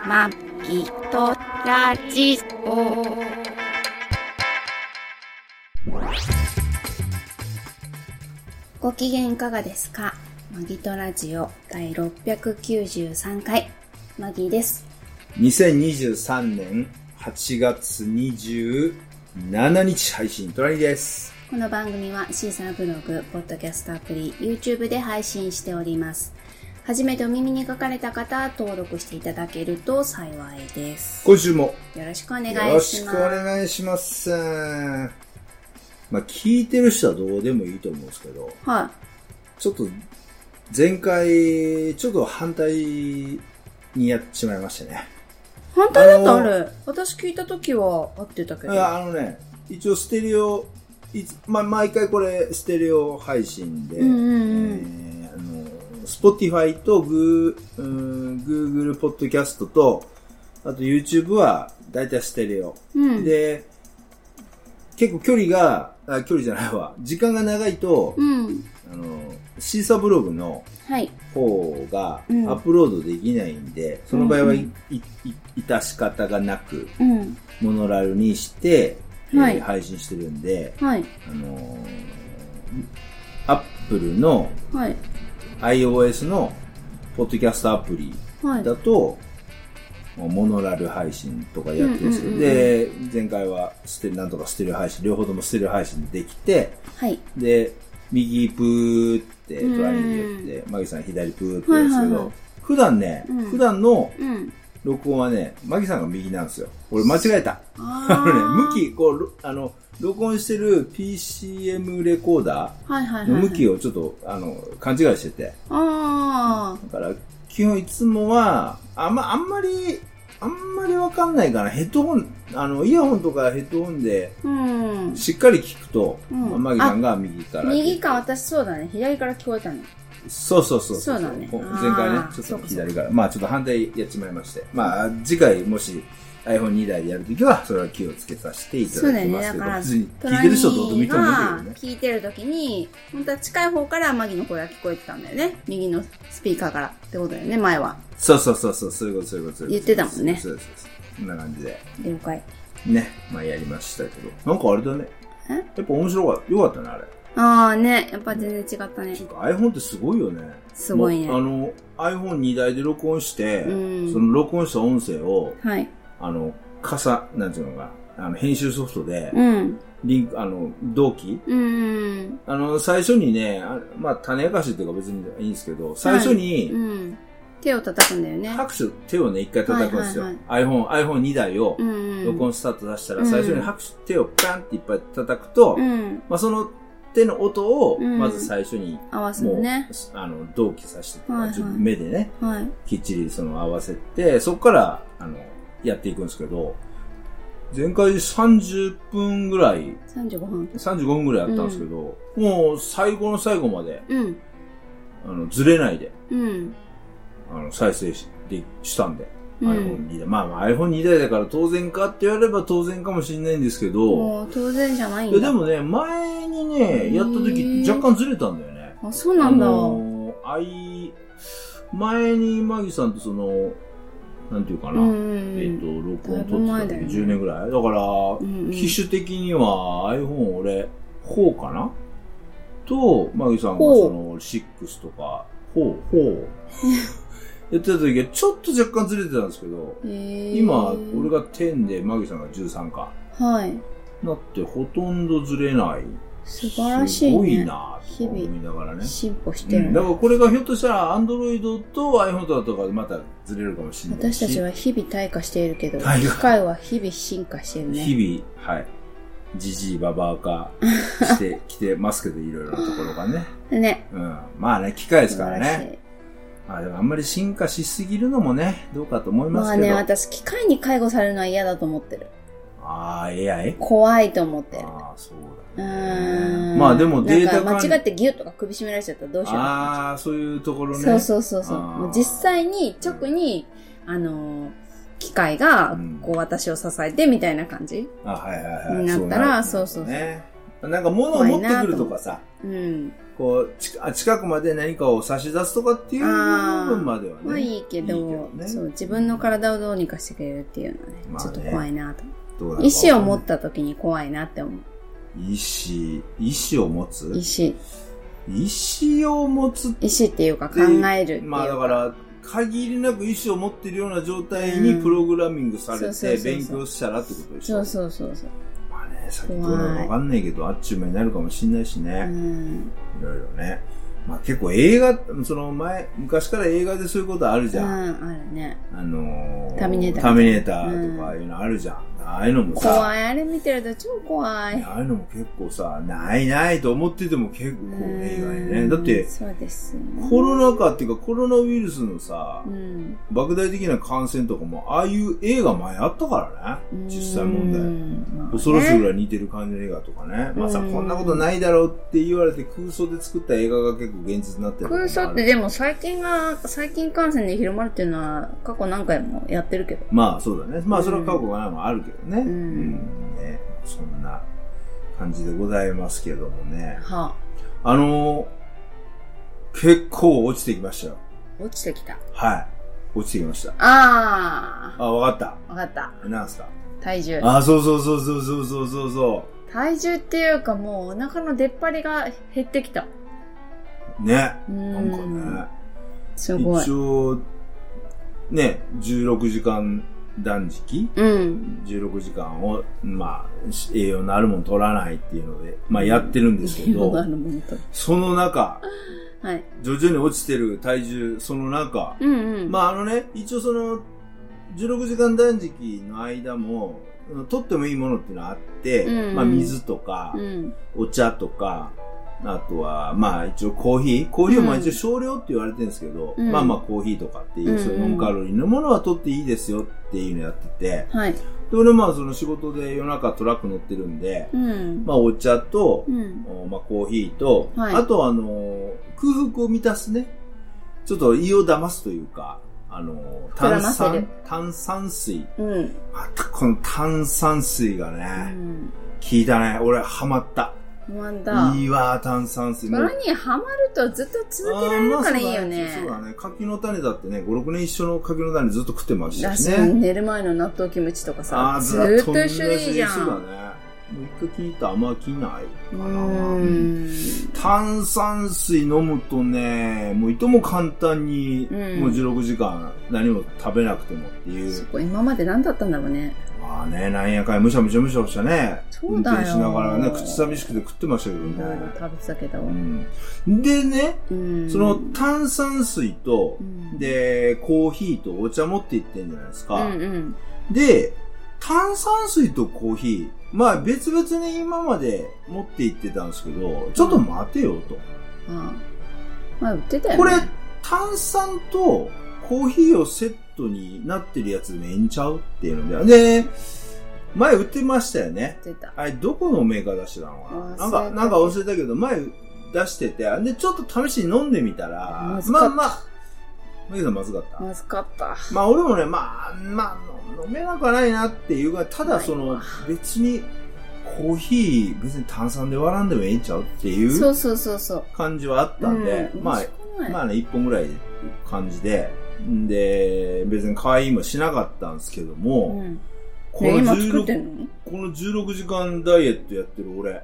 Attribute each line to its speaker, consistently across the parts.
Speaker 1: まきとラジオ。ご機嫌いかがですか？マギとラジオ第693回マギです。
Speaker 2: 2023年8月27日配信トラニです。
Speaker 1: この番組はシーサーブログ、ポッドキャストアプリ、YouTube で配信しております。初めてお耳に書かれた方、登録していただけると幸いです。
Speaker 2: 今週も
Speaker 1: よろしくお願いします。
Speaker 2: よろしくお願いします。まあ聞いてる人はどうでもいいと思うんですけど、
Speaker 1: はい。
Speaker 2: ちょっと前回ちょっと反対にやってしまいましたね。
Speaker 1: 反対だったあれ。私聞いた時は合ってたけど。
Speaker 2: 一応ステレオ、毎回これステレオ配信で、Spotify とGoogle ポッドキャストと、あと YouTube はだいたいステレオ。で、結構時間が長いと、シーサーブログの方がアップロードできないんで、その場合は致し方がなく、モノラルにして、配信してるんで、Apple の、iOS のポッドキャストアプリだと、モノラル配信とかやってるんですけど、で、前回はなんとかステレオ配信、両方ともステレオ配信できて、で、右プーってトライに言って、マギさん左プーって言うんですけど、普段の録音はね、マギさんが右なんですよ。俺間違えた。録音してる PCM レコーダーの向きをちょっと、勘違いしてて。だから、基本いつもは、あんまりわかんないかな。ヘッドホン、イヤホンとかヘッドホンで、しっかり聞くと、マギさんが右から。
Speaker 1: 右か、私そうだね。左から聞こえたの。
Speaker 2: そう。
Speaker 1: そうだね。
Speaker 2: 前回ね、ちょっと左から。まあちょっと反対やっちまいまして。まあ次回もし iPhone2 台でやるときは、それは気をつけさせていただきますけど、別に聞いてる人どうでもいいと思うけどね。
Speaker 1: 聞いてるときに、本当は近い方からマギの声が聞こえてたんだよね。右のスピーカーからってことだよね、前は。
Speaker 2: そういうこと。
Speaker 1: 言ってたもんね。
Speaker 2: そう。こんな感じで。
Speaker 1: 了解。
Speaker 2: ね、まあやりましたけど。なんかあれだね。やっぱ面白かった。よかったね、あれ。
Speaker 1: ああね、やっぱ全然違ったね。
Speaker 2: iPhone ってすごいよね。
Speaker 1: すごいね。
Speaker 2: iPhone2 台で録音して、その録音した音声を、なんていうのか、編集ソフトで、リンク、同期、最初にね、まあ、種明かしっていうか別にいいんですけど、最初に、
Speaker 1: 手を叩くんだよね。
Speaker 2: 手をね、一回叩くんですよ。iPhone2 台を、録音スタート出したら、最初に手をパンっていっぱい叩くと、まあ、その手の音を、まず最初に、
Speaker 1: 合わせるね。
Speaker 2: 同期させて、目でね、きっちり合わせて、そこから、やっていくんですけど、前回30分ぐらい、35分ぐらいやったんですけど、もう最後の最後まで、ずれないで、再生したんで、iPhone2 台。まあ iPhone2 台だから当然かって言われれば当然かもしれないんですけど、
Speaker 1: 当然じゃないんだ。
Speaker 2: でもね、前にね、やった時若干ずれたんだよね。
Speaker 1: あ、そうなんだ。
Speaker 2: 前にマギさんとなんていうかな、録音撮ってた時10年ぐらいだから、機種的には iPhone 俺、4かなと、マギさんが6とか、4やってた時はちょっと若干ずれてたんですけど、今、俺が10でマギさんが13か。なってほとんどずれない。
Speaker 1: 素晴らしいね。
Speaker 2: すごいなぁと思いながらね。
Speaker 1: 進歩してる、
Speaker 2: だからこれがひょっとしたら Android と iPhone とかでまたずれるかもしれないし。
Speaker 1: 私たちは日々退化しているけど、機械は日々進化してるね。
Speaker 2: 日々、じじいばばあ化してきてますけど、いろいろなところがね。
Speaker 1: ね。
Speaker 2: まあね、機械ですからね。でもあんまり進化しすぎるのもね、どうかと思いますけど。
Speaker 1: まあね、私機械に介護されるのは嫌だと思ってる。
Speaker 2: AI？
Speaker 1: 怖いと思ってる。
Speaker 2: そうだね。まあでもデータ
Speaker 1: 間違ってギュッとか首絞められちゃったらどうしよう。
Speaker 2: そういうところね。
Speaker 1: そう。もう実際に直に、機械がこう私を支えてみたいな感じになったら、そう。
Speaker 2: なんか物を持ってくるとかさ、
Speaker 1: うん、
Speaker 2: こう近くまで何かを差し出すとかっていう部分まではね。
Speaker 1: まあいいけど、ね、そう自分の体をどうにかしてくれるっていうのはね、ちょっと怖いなと思う。意志を持った時に怖いなって思う。
Speaker 2: 意志を持つ？意志を持つ？
Speaker 1: 意志っていうか考えるっていうか。
Speaker 2: まあだから、限りなく意志を持ってるような状態にプログラミングされて勉強したらってことでしょ。
Speaker 1: そう。
Speaker 2: まあね、先どうなるかわかんないけど、あっちゅう間になるかもしんないしね。いろいろね。まあ結構映画、昔から映画でそういうことあるじゃん。
Speaker 1: あるね。
Speaker 2: ターミネーターとかいうのあるじゃん。ああいうのもさ。
Speaker 1: 怖い。あれ見てると超怖い。
Speaker 2: ああいうのも結構さ、ないと思ってても結構映画にね。だって、
Speaker 1: そうですね、
Speaker 2: コロナ禍っていうかコロナウイルスのさ、莫大的な感染とかも、ああいう映画前あったからね。実際問題。恐ろしいぐらい似てる感じの映画とかね。まさかこんなことないだろうって言われて空想で作った映画が結構現実になってる。
Speaker 1: 空想ってでも細菌感染で広まるっていうのは過去何回もやってるけど。
Speaker 2: まあそうだね。まあそれは過去がもあるけどね。ね。そんな感じでございますけどもね。
Speaker 1: は
Speaker 2: あ。結構落ちてきましたよ。
Speaker 1: 落ちてきた。
Speaker 2: はい。落ちてきました。わかった。なんすか？
Speaker 1: 体重。
Speaker 2: そう。
Speaker 1: 体重っていうかもうお腹の出っ張りが減ってきた。
Speaker 2: ね。なんかね。
Speaker 1: すごい。
Speaker 2: 一応、ね、16時間断食、16時間を、まあ、栄養のあるもの取らないっていうので、まあやってるんですけど、その中、
Speaker 1: はい、
Speaker 2: 徐々に落ちてる体重、その中、まあ一応その、16時間断食の間も、取ってもいいものっていうのはあって、まあ水とか、お茶とか、あとは、まあ一応コーヒーも一応少量って言われてるんですけど、まあコーヒーとかっていう、そういうノンカロリーのものは取っていいですよっていうのやってて、
Speaker 1: はい。
Speaker 2: で、俺まあその仕事で夜中トラック乗ってるんで、まあお茶と、まあコーヒーと、あと空腹を満たすね、ちょっと胃を騙すというか、炭酸水。またこの炭酸水がね、効いたね。俺ハマった。いいわ、炭酸水。
Speaker 1: それにハマるとずっと続けられるからいいよね。
Speaker 2: そうだね。柿の種だってね、5、6年一緒の柿の種ずっと食ってましたしね。
Speaker 1: 寝る前の納豆キムチとかさ、ずっと一緒でいいじゃん。
Speaker 2: そうだね。もう一回聞いたらあんま飽きないかな。炭酸水飲むとね、もういとも簡単に、もう16時間何も食べなくてもっていう。
Speaker 1: そこ今まで何だったんだろうね。
Speaker 2: まあね、なんやかんやむしゃむしゃね。運転しながらね、口寂しくて食ってましたけどね。
Speaker 1: 食べてたけど。
Speaker 2: でね、その炭酸水と、で、コーヒーとお茶持って行ってんじゃないですか。で、炭酸水とコーヒー、まあ別々に今まで持って行ってたんですけど、ちょっと待てよと。
Speaker 1: まあ売ってたよね。
Speaker 2: これ、炭酸とコーヒーをセットになってるやつでもええんちゃうっていうので、前売ってましたよね。あれ、どこのメーカー出してたのかな、なんか忘れたけど、前出してて、で、ちょっと試しに飲んでみたら、まあ、マギさんまずかった。
Speaker 1: まずかった。
Speaker 2: まあ俺もね、まあ、飲めなくはないなっていうが、ただ別に、コーヒー別に炭酸で割らんでもええんちゃうっていう感じはあったんで、まあね、1本ぐらい感じで、で、別に会員もしなかったんですけども、この16時間ダイエットやってる俺、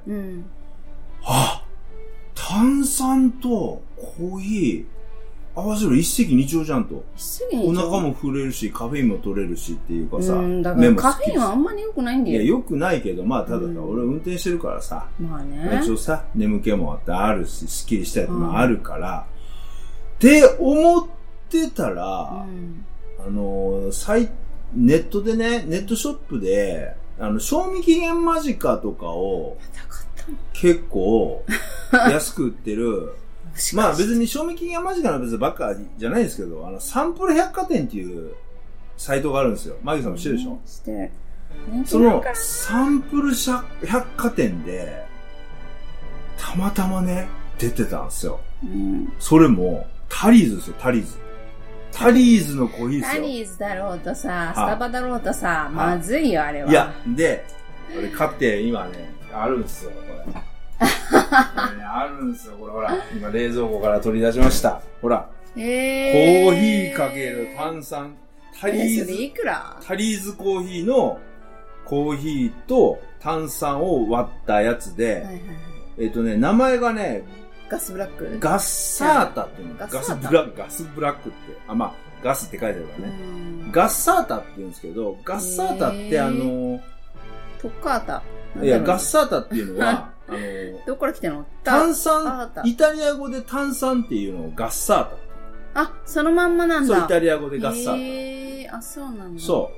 Speaker 2: 炭酸とコーヒー、合わせる一石二鳥じゃんと。お腹も触れるし、カフェインも取れるしっていうかさ。
Speaker 1: だからカフェインはあんまり良くないんだよ。
Speaker 2: いや、良くないけど、まあ、ただ俺運転してるからさ。
Speaker 1: まあね。
Speaker 2: 一応さ、眠気もあってあるし、スッキリしたやつもあるから。って思ってたら、ネットでね、ネットショップで、賞味期限間近とかを、結構、安く売ってる、まあ別に賞味期限間近の別にばっかじゃないですけど、サンプル百貨店っていうサイトがあるんですよ。マギさんも知ってるでしょ？
Speaker 1: 知ってる。
Speaker 2: そのサンプル百貨店で、たまたまね、出てたんですよ。それも、タリーズですよ、タリーズ。タリーズのコーヒーですよ。
Speaker 1: タリーズだろうとさ、スタバだろうとさ、まずいよ、あれは。
Speaker 2: いや、で、これ買って今ね、あるんですよ、これ。 あるんですよ、これほら。今冷蔵庫から取り出しました。ほら。コーヒーかける炭酸。タリーズ。
Speaker 1: いくら？
Speaker 2: タリーズコーヒーのコーヒーと炭酸を割ったやつで、名前がね、
Speaker 1: ガスブラック？
Speaker 2: ガッサータっていうの。ガスブラックって。ガスって書いてあるからね。ガッサータって言うんですけど、ガッサータって
Speaker 1: トッカータ。
Speaker 2: いや、ガッサータっていうのは、
Speaker 1: どこから来てんの？
Speaker 2: 炭酸、イタリア語で炭酸っていうのをガッサータ。
Speaker 1: あ、そのまんまなんだ。
Speaker 2: そう、イタリア語でガッサータ。
Speaker 1: そうなんだ。
Speaker 2: そう。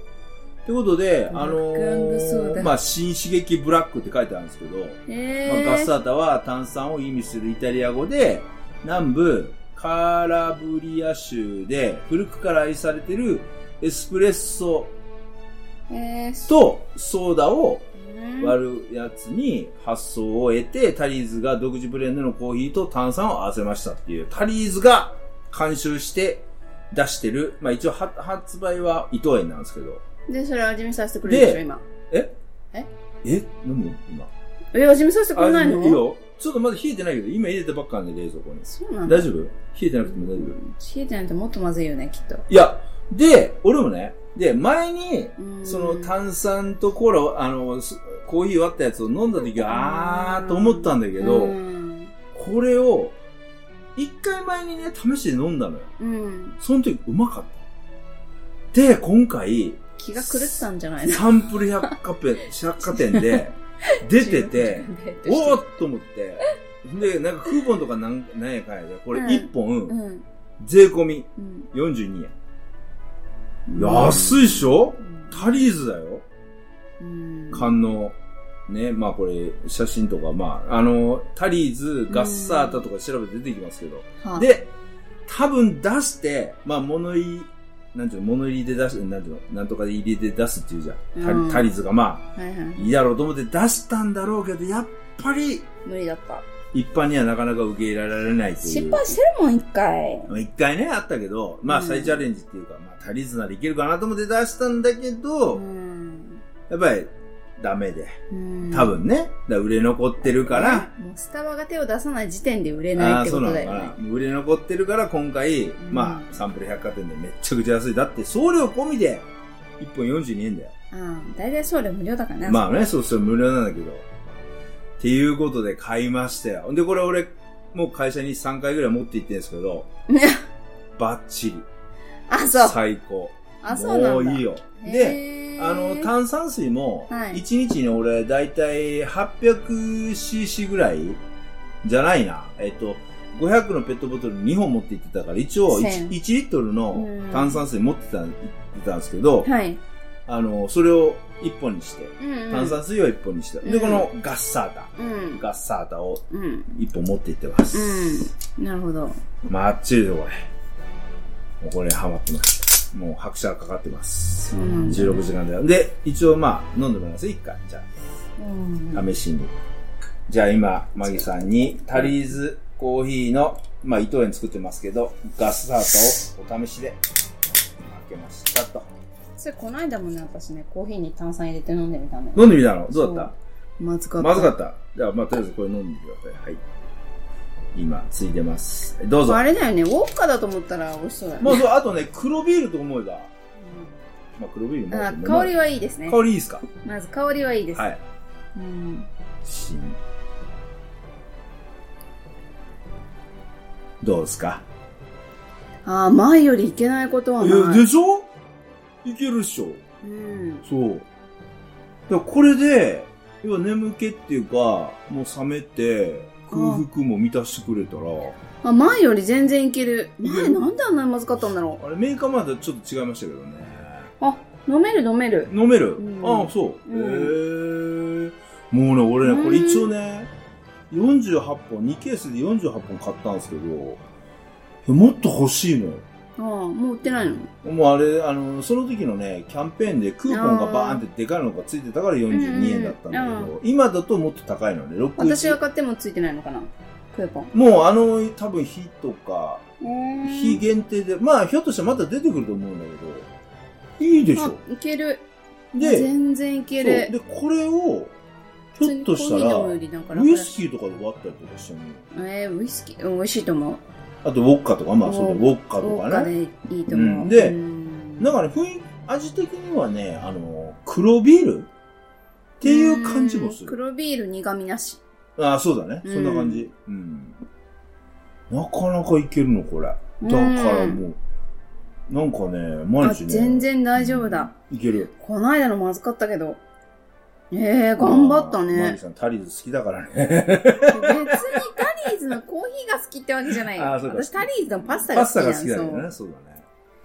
Speaker 2: ということで、新刺激ブラックって書いてあるんですけど、ガッサータは炭酸を意味するイタリア語で、南部カラブリア州で古くから愛されているエスプレッソとソーダを割るやつに発想を得て、タリーズが独自ブレンドのコーヒーと炭酸を合わせましたっていう、タリーズが監修して出してる、一応発売は伊藤園なんですけど。
Speaker 1: で、それ味見させてくれるでしょ、今。
Speaker 2: 飲む今。
Speaker 1: 味見させてくれないの？
Speaker 2: いいよ。ちょっとまだ冷えてないけど、今入れたばっかなんで、冷蔵庫に。
Speaker 1: そうなんだ。
Speaker 2: 大丈夫？冷えてなくても大丈夫？
Speaker 1: 冷えてないともっとまずいよね、きっと。
Speaker 2: いや、で、俺もね、前に、その炭酸とコーラを、コーヒー割ったやつを飲んだ時は、と思ったんだけど、これを、一回前にね、試して飲んだのよ。その時うまかった。で、今回、
Speaker 1: 気が狂ったんじゃないの？
Speaker 2: サンプル百貨店で出てて、おーっと思って、で、なんかクーポンとかなんやかんやで、これ1本、税込み42円。安いっしょ？タリーズだよ。缶の、ね、これ、写真とか、タリーズ、ガッサータとか調べて出てきますけど。で、多分出して、物入り、物入りで出す、なんとかで入れて出すっていうじゃん。タリーズがいいだろうと思って出したんだろうけど、やっぱり、
Speaker 1: 無理だった。
Speaker 2: 一般にはなかなか受け入れられないという。
Speaker 1: 失敗してるもん、一回。
Speaker 2: 一回ね、あったけど、再チャレンジっていうか、タリーズならいけるかなと思って出したんだけど、やっぱり、ダメで。多分ね。売れ残ってるから。
Speaker 1: もうスタバが手を出さない時点で売れないってことだよね。
Speaker 2: そうなのかな。売れ残ってるから今回、サンプル百貨店でめっちゃくちゃ安い。だって送料込みで、1本42円だよ。
Speaker 1: だいたい送料無料だからね。
Speaker 2: そう無料なんだけど。っていうことで買いましたよ。で、これ俺、もう会社に3回ぐらい持って行ってるんですけど、バッチリ。最高。
Speaker 1: そうなんだ。
Speaker 2: もういいよ。で、炭酸水も、1日に俺、だいたい 800cc ぐらいじゃないな。500のペットボトル2本持って行ってたから、一応 1リットルの炭酸水持ってたんですけど、それを1本にして、炭酸水を1本にして、で、このガッサータを1本持って行ってます。
Speaker 1: なるほど。
Speaker 2: バッチリでこれ。もうこれハマってます。もう拍車がかかってます。16時間だよ。で、一応飲んでもらいます。一回。じゃあ、試しに。じゃあ今、マギさんにタリーズコーヒーの、伊藤園作ってますけど、ガスサータをお試しで開けましたと。
Speaker 1: それこの間もね、私ね、コーヒーに炭酸入れて飲んでみたのよ。
Speaker 2: 飲んでみたの？どうだった？
Speaker 1: まずかった。
Speaker 2: まずかった。じゃあ、とりあえずこれ飲んでください。はい。今、ついてます。どうぞ。
Speaker 1: あれだよね、ウォッカだと思ったら美味しそうだよね。
Speaker 2: あとね、黒ビールと思えば。黒ビールも。
Speaker 1: 香りはいいですね。
Speaker 2: 香りいいですか？
Speaker 1: まず香りはいいです。
Speaker 2: はい。どうですか？
Speaker 1: 前よりいけないことはない。
Speaker 2: でしょ？いけるっしょ。そう。だからこれで、要は眠気っていうか、もう冷めて、空腹も満たしてくれたら。
Speaker 1: 前より全然いける。前なんであんなにまずかったんだろう。
Speaker 2: あれ、メーカーまでちょっと違いましたけどね。
Speaker 1: 飲める。飲める。
Speaker 2: そう。もうね、俺ね、これ一応ね、48本、2ケースで48本買ったんですけど、もっと欲しいのよ。
Speaker 1: もう売ってないの？
Speaker 2: もうあれ、その時のね、キャンペーンでクーポンがバーンってでかいのがついてたから42円だったんだけど、今だともっと高いのね、
Speaker 1: 私が買ってもついてないのかな？クーポン。
Speaker 2: もう多分日とか、日限定で、ひょっとしたらまた出てくると思うんだけど、いいでしょ？
Speaker 1: いける。
Speaker 2: で、
Speaker 1: 全然いける。
Speaker 2: で、これを、 ひょっとしたら、ウイスキーとかで割ったりとかしても
Speaker 1: ウイスキー、美味しいと思う。
Speaker 2: あと、ウォッカとか、まあ、そうだ、ウォッカとかね。ウォッカで
Speaker 1: いいと思う。
Speaker 2: で、だから、味的にはね、黒ビールっていう感じもする。
Speaker 1: 黒ビール苦味なし。
Speaker 2: ああ、そうだね。そんな感じ。なかなかいけるの、これ。だからもう、なんかね、毎日ね。
Speaker 1: 全然大丈夫だ。
Speaker 2: いける。
Speaker 1: この間のまずかったけど。頑張ったね。
Speaker 2: マギさん、タリーズ好きだからね。
Speaker 1: 別にタリーズのコーヒーが好きってわけじゃないよ。私タリーズのパスタが好きだよ。
Speaker 2: パスタが好きだよね。そうだね。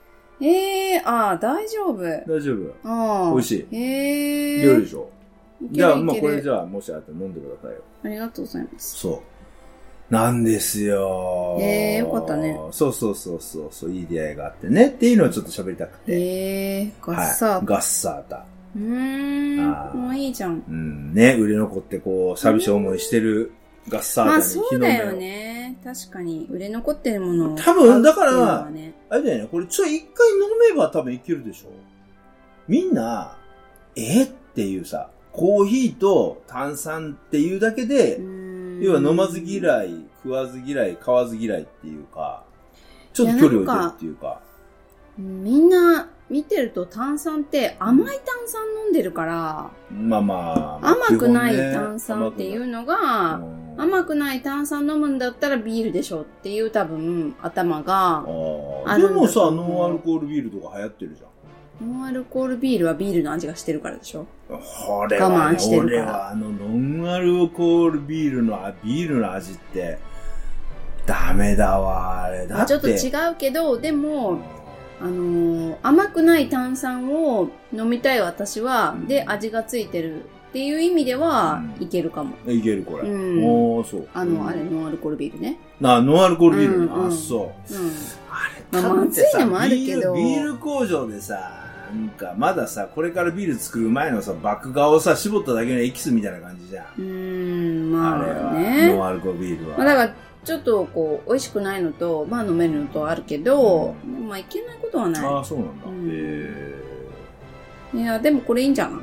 Speaker 1: 大丈夫。
Speaker 2: 大丈夫。美味しい。料理でしょ。じゃあ、まあこれじゃあ、もしあったら飲んでくださいよ。
Speaker 1: ありがとうございます。
Speaker 2: そう。なんですよ。
Speaker 1: よかったね。
Speaker 2: そう、いい出会いがあってね。っていうのをちょっと喋りたくて。
Speaker 1: ガッサータ。
Speaker 2: ガッサータ。
Speaker 1: もういいじゃん。
Speaker 2: ね、売れ残ってこう、寂しい思いしてるガッサータに。
Speaker 1: まあそうだよね。確かに、売れ残ってるものを。
Speaker 2: 多分、だから、あれだよね、これ一回飲めば多分いけるでしょ。みんな、っていうさ、コーヒーと炭酸っていうだけで、要は飲まず嫌い、食わず嫌い、買わず嫌いっていうか、ちょっと距離を置いてるっていうか。
Speaker 1: みんな見てると炭酸って甘い炭酸飲んでるから、甘くない炭酸っていうのが、甘くない炭酸飲むんだったらビールでしょっていう多分頭があるんだと思う。
Speaker 2: でもさ、ノンアルコールビールとか流行ってるじゃん。
Speaker 1: ノンアルコールビールはビールの味がしてるからでしょ。
Speaker 2: 俺はノンアルコールビールの味ってダメだわ、あれだって。
Speaker 1: ちょっと違うけど、でも、甘くない炭酸を飲みたい私は、で、味がついてるっていう意味では、いけるかも。
Speaker 2: いける、これ。そう。
Speaker 1: あれ、ノンアルコールビールね。
Speaker 2: ノンアルコールビールね。そう。あれ、
Speaker 1: まずいのもあるけど。
Speaker 2: ビール工場でさ、なんか、まださ、これからビール作る前のさ、麦芽をさ、絞っただけのエキスみたいな感じじゃん。
Speaker 1: まあね。
Speaker 2: あれは、ノンアルコールビールは。
Speaker 1: だから、ちょっとこう、美味しくないのと、まあ飲めるのとあるけど、まあいけないことはない。
Speaker 2: ああ、そうなんだ。
Speaker 1: いや、でもこれいいんじゃない？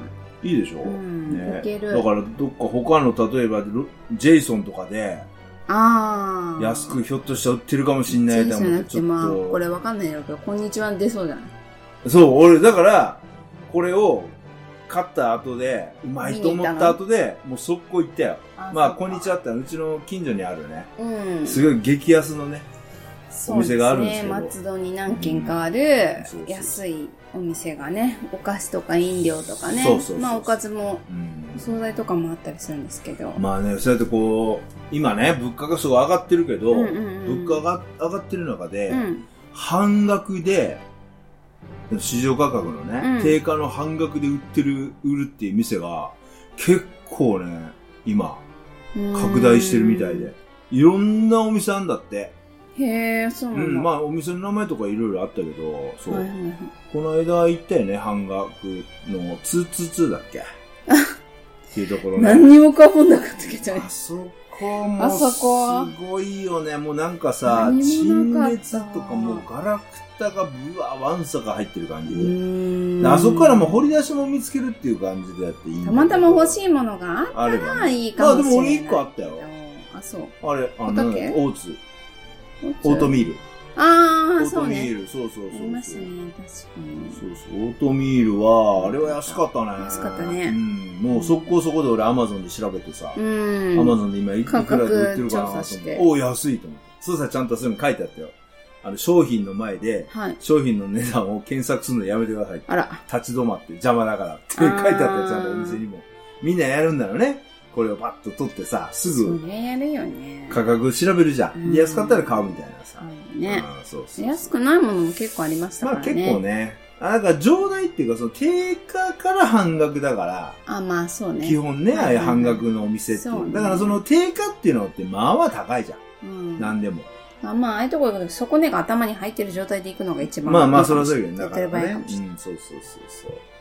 Speaker 2: いいでしょ？
Speaker 1: いける。
Speaker 2: だから、どっか他の、例えば、ジェイソンとかで、安くひょっとしたら売ってるかもしんないと思って、ちょっと。
Speaker 1: まあ、これわかんないけど、こんにちは出そうじゃない？
Speaker 2: そう、俺、だから、これを、買った後で、うまいと思った後で、もう速攻行ったよ。まあ、こんにちはってうちの近所にあるね。すごい激安のね、お店があるんですけど。
Speaker 1: 松戸に何軒かある、安いお店がね、お菓子とか飲料とかね。まあ、おかずも、お惣菜とかもあったりするんですけど。
Speaker 2: まあね、そうやってこう、今ね、物価がすごい上がってるけど、物価が上がってる中で、半額で、市場価格のね、定価の半額で売るっていう店が、結構ね、今、拡大してるみたいで。いろんなお店あんだって。
Speaker 1: へー、そうなんだ。
Speaker 2: まあ、お店の名前とかいろいろあったけど、そう。この間行ったよね、半額の、222だっけっていうところね。
Speaker 1: 何にも買うもんなかったけどね。
Speaker 2: あそこもすごいよね。もうなんかさ、陳列とかもうガラクタがわんさか入ってる感じで。あそこからもう掘り出しも見つけるっていう感じでやっていい。
Speaker 1: たまたま欲しいものがあったらいいかもしれない。
Speaker 2: でも俺1個あったよ。
Speaker 1: そう。
Speaker 2: あれ、オーツ。オートミール。
Speaker 1: そうね。
Speaker 2: オートミール、そう。
Speaker 1: ありますね、確かに。
Speaker 2: そう。オートミールは、あれは安かったね。
Speaker 1: 安かったね。
Speaker 2: もう速攻そこで俺アマゾンで調べてさ、アマゾンで今いくらで売ってるかなと思って。安いと思って。そうさ、ちゃんとそういうの書いてあったよ。商品の前で、商品の値段を検索するのやめてください。立ち止まって邪魔だからって書いてあったよ、ちゃんとお店にも。みんなやるんだろうね。これをパッと取ってさ、すぐ。
Speaker 1: それやるよね。
Speaker 2: 価格調べるじゃん。安かったら買うみたいなさ。
Speaker 1: ね。安くないものも結構ありましたからね。
Speaker 2: まあ結構ね。だから上代っていうか、その定価から半額だから。
Speaker 1: まあそうね。
Speaker 2: 基本ね、ああいう半額のお店っていう。だからその定価っていうのってまあまあ高いじゃん。なんでも。
Speaker 1: まあ、ああいうところ行くと底根が頭に入ってる状態で行くのが一番。
Speaker 2: まあ、それはそういうね。だからね。そう。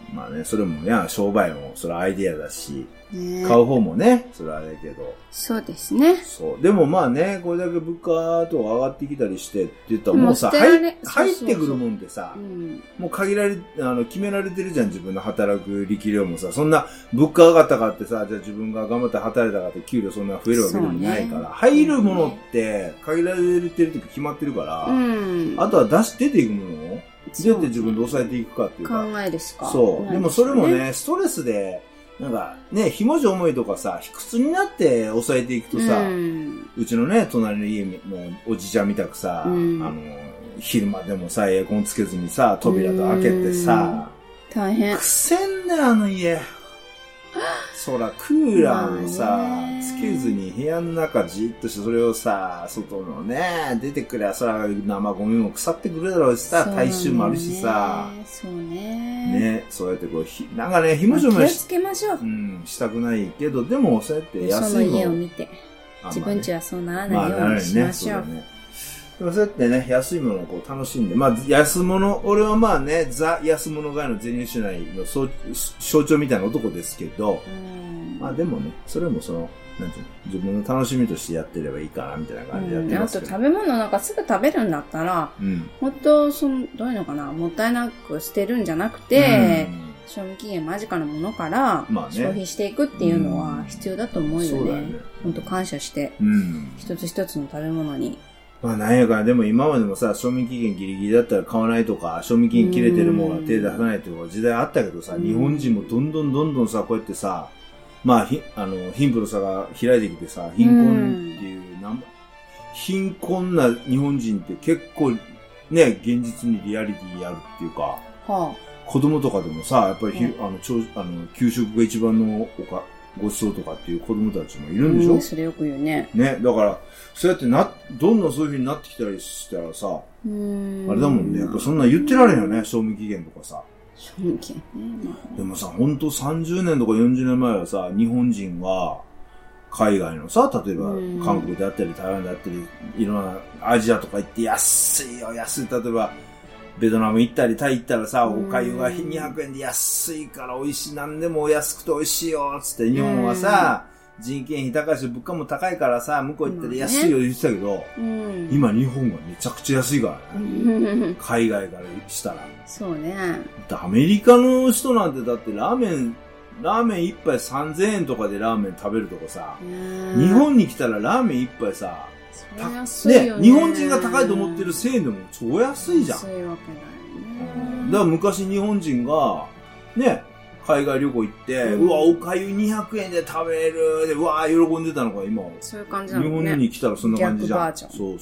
Speaker 2: まあね、それもね、商売も、それはアイディアだし、ね、買う方もね、それはあれだけど。
Speaker 1: そうですね。
Speaker 2: そう。でもまあね、これだけ物価とか上がってきたりしてって言ったらもうさ、入ってくるもんってさ、もう限られ、決められてるじゃん、自分の働く力量もさ、そんな物価上がったかってさ、じゃあ自分が頑張って働いたかって給料そんな増えるわけでもないから、入るものって限られてるとき決まってるから、あとは出ていくものを、どうやって自分で抑えていくかっていうか。
Speaker 1: 考えるしか。
Speaker 2: そう。でもそれもね、ストレスで、なんかね、ひもじ重いとかさ、卑屈になって抑えていくとさ、うちのね、隣の家のおじちゃんみたくさ、昼間でもさ、エアコンつけずにさ、扉と開けてさ、
Speaker 1: 大変。
Speaker 2: くせんだよ、あの家。そら、クーラーをさ、つけずに部屋の中じっとして、それをさ、外のね、出てくりゃ、そら、生ゴミも腐ってくるだろうしさ、体臭もあるしさ。
Speaker 1: そうね。
Speaker 2: ね、そうやってこう、なんかね、ひもじょも
Speaker 1: 気をつけましょう。
Speaker 2: したくないけど、でも、そうやって安いの。
Speaker 1: その家を見て、自分ちはそうならないようにしましょう。
Speaker 2: でもそうやってね、安いものをこう楽しんで、まあ、安物、俺はまあね、ザ・安物買いの全入市内の象徴みたいな男ですけど、まあでもね、それもなんていうの、自分の楽しみとしてやってればいいかな、みたいな感じでやってますけど。
Speaker 1: あと食べ物なんかすぐ食べるんだったら、もっと、どういうのかな、もったいなく捨てるんじゃなくて、賞味期限間近なものから消費していくっていうのは必要だと思うよね。本当感謝して、一つ一つの食べ物に。
Speaker 2: まあなんやかでも今までもさ、賞味期限ギリギリだったら買わないとか、賞味期限切れてるものは手出さないという時代あったけどさ、日本人もどんどんさ、こうやってさ、まあ、貧富の差が開いてきてさ、貧困っていう、貧困な日本人って結構ね、現実にリアリティあるっていうか、子供とかでもさ、やっぱり給食が一番のごちそうとかっていう子供たちもいるんでしょ？
Speaker 1: それよく言うね。
Speaker 2: ね、だから、そうやってどんどんそういう風になってきたりしたらさ、あれだもんね、やっぱそんな言ってられんよね、賞味期限とかさ。
Speaker 1: 賞味期限ね。
Speaker 2: でもさ、ほんと30年とか40年前はさ、日本人は、海外のさ、例えば韓国であったり台湾であったり、いろんなアジアとか行って安いよ、安い。例えば、ベトナム行ったりタイ行ったらさ、お粥が200円で安いから美味しい、なんでも安くて美味しいよ、つって日本はさ、人件費高いし、物価も高いからさ、向こう行ったら安いよ言ってたけど、今日本がめちゃくちゃ安いからね。海外からしたら。
Speaker 1: そうね。
Speaker 2: アメリカの人なんてだってラーメン一杯3000円とかでラーメン食べるとかさ、日本に来たらラーメン一杯さ、ね、日本人が高いと思ってる1000円でも超安いじゃん。
Speaker 1: 安いわけないね。
Speaker 2: だから昔日本人が、ね、海外旅行行って、うわ、おかゆ200円で食べるで、うわ、喜んでたのが今、
Speaker 1: そういう感じなのね。
Speaker 2: 日本に来たらそんな感じじゃん。
Speaker 1: 逆バージョン。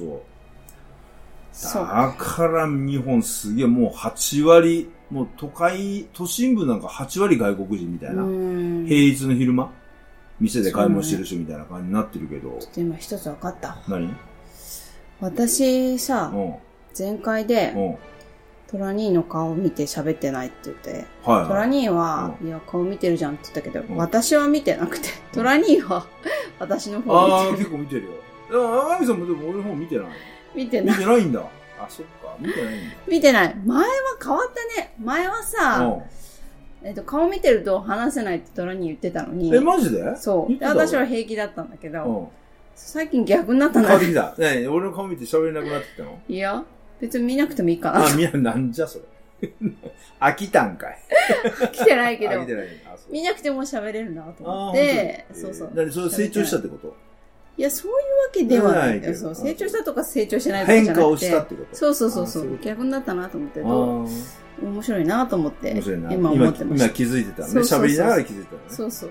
Speaker 2: そう。だから日本すげえもう8割、もう都心部なんか8割外国人みたいな。平日の昼間店で買い物してる人みたいな感じになってるけど。
Speaker 1: ちょっと今一つ分かった。
Speaker 2: 何？
Speaker 1: 私さ、前回で、トラ兄の顔を見て喋ってないって言って、トラ兄は、いや、顔見てるじゃんって言ったけど、私は見てなくて、トラ兄は私の方
Speaker 2: 見てる。ああ、結構見てるよ。でも、アミさんもでも俺の方見てない。
Speaker 1: 見てない。
Speaker 2: 見てないんだ。あ、そっか。見てないんだ。
Speaker 1: 見てない。前は変わったね。前はさ、顔見てると話せないってトラに言ってたのに。
Speaker 2: マジで？
Speaker 1: そう。で、私は平気だったんだけど、最近逆になったんだ。
Speaker 2: 変わってきた。ね、俺の顔見て喋れなくなってきたの？
Speaker 1: いや、別に見なくてもいいかな。
Speaker 2: なんじゃそれ。飽きたんかい。
Speaker 1: 飽きてないけど、
Speaker 2: 飽きてない。
Speaker 1: 見なくても喋れるなと思って、そうそう。
Speaker 2: 何それ成長したってこと？
Speaker 1: いや、そういうわけではないけど、そう、成長したとか成長してないとかじゃなくて。
Speaker 2: 変化をしたってこと？
Speaker 1: そう。逆になったなと思って面白いなと思って、今思ってました。
Speaker 2: 今気づいてたね。喋りながら気づいてたね。
Speaker 1: そう。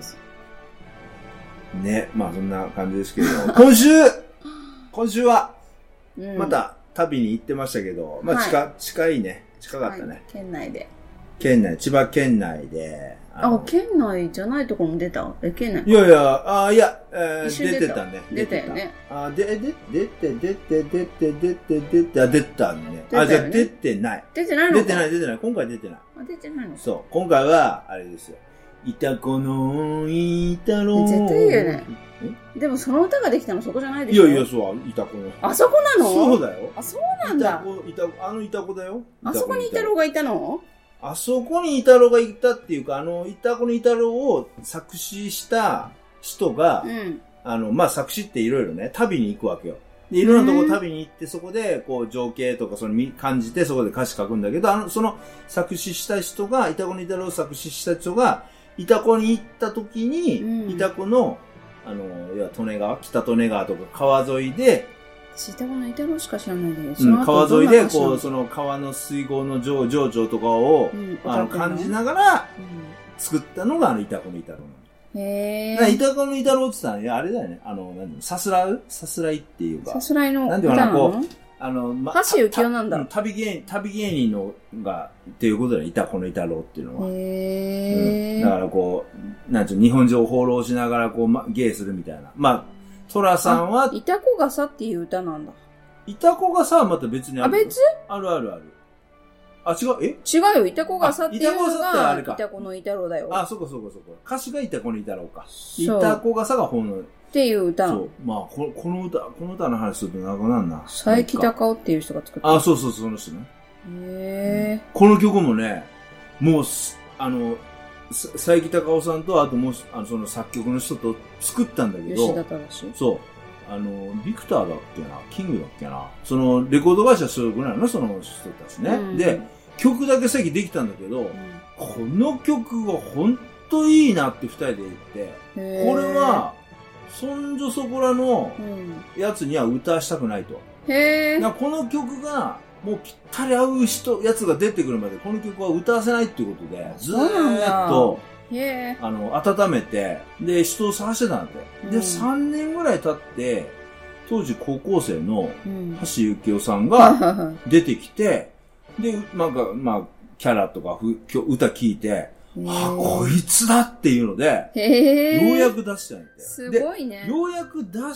Speaker 2: ね、まあそんな感じですけど、今週は、また旅に行ってましたけど、まあ近いね。近かったね。
Speaker 1: 県内で。
Speaker 2: 千葉県内で。
Speaker 1: 県内じゃないところも出た？県内。
Speaker 2: いや、出てたね。
Speaker 1: 出たよね。
Speaker 2: 出たね。じゃあ出てない。
Speaker 1: 出てないの？
Speaker 2: 出てない。今回出てない。
Speaker 1: 出てないの？
Speaker 2: そう。今回は、あれですよ。いたこの、いたろう。
Speaker 1: 絶対いいよね。でもその歌ができたのそこじゃないでしょ？
Speaker 2: いや、そう、いたこの。
Speaker 1: あそこなの？
Speaker 2: そうだよ。
Speaker 1: あ、そうなんだ。
Speaker 2: いたこだよ。
Speaker 1: あそこにいたろうがいたの？
Speaker 2: あそこにイタロがいたっていうか、イタコのイタロを作詞した人が、まあ、作詞っていろいろね、旅に行くわけよ。で、いろんなとこ旅に行って、そこで、こう、情景とか、感じて、そこで歌詞書くんだけど、その作詞した人が、イタコのイタロを作詞した人が、イタコに行った時に、イタコの、要は、利根川、北利根川とか川沿いで、
Speaker 1: イタコのイタロしか知らないで、
Speaker 2: 川沿いで、こう、その川の水郷の情緒とかを、感じながら、作ったのが、イタコのイタロなの。
Speaker 1: へー。
Speaker 2: イタコのイタロって言ったら、いや、あれだよね。さすらいっていうか。
Speaker 1: さすらいの。
Speaker 2: なんていうかな、こう、
Speaker 1: 橋幸夫なんだ。
Speaker 2: 旅芸人のが、っていうことだよ、イタコのイタロっていうのは。
Speaker 1: へー。
Speaker 2: だからこう、なんていう日本中を放浪しながら、こう、芸するみたいな。まあ、トラさんは、
Speaker 1: イタコガサっていう歌なんだ。
Speaker 2: イタコガサはまた別にある。
Speaker 1: 別？
Speaker 2: ある。あ、違う？
Speaker 1: 違うよ。イタコガサっていうのが、イタコのイタロだよ。
Speaker 2: あ、そこ。歌詞がイタコのイタロか。イタコガサが本の。
Speaker 1: っていう歌。
Speaker 2: そう。まあ、この歌の話すると長くなんな。
Speaker 1: 佐伯隆夫っていう人が作った。
Speaker 2: あ、そう、その人ね。
Speaker 1: へー。
Speaker 2: この曲もね、もう、佐伯隆夫さんと、あともう、その作曲の人と作ったんだけど。
Speaker 1: 吉田正。
Speaker 2: そう。ビクターだっけな、キングだっけな。その、レコード会社所属なの、その人たちね。で、曲だけ先できたんだけど、この曲はほんといいなって二人で言って、これは、そんじょそこらのやつには歌わしたくないと。この曲が、もうぴったり合うやつが出てくるまで、この曲は歌わせないっていうことで、ずーっと、温めて、で、人を探してたんだって。で、3年ぐらい経って、当時高校生の橋幸夫さんが出てきて、で、まあ、キャラとか歌聞いて、こいつだっていうので、ようやく出したんやって。
Speaker 1: すごいね。
Speaker 2: ようやく橋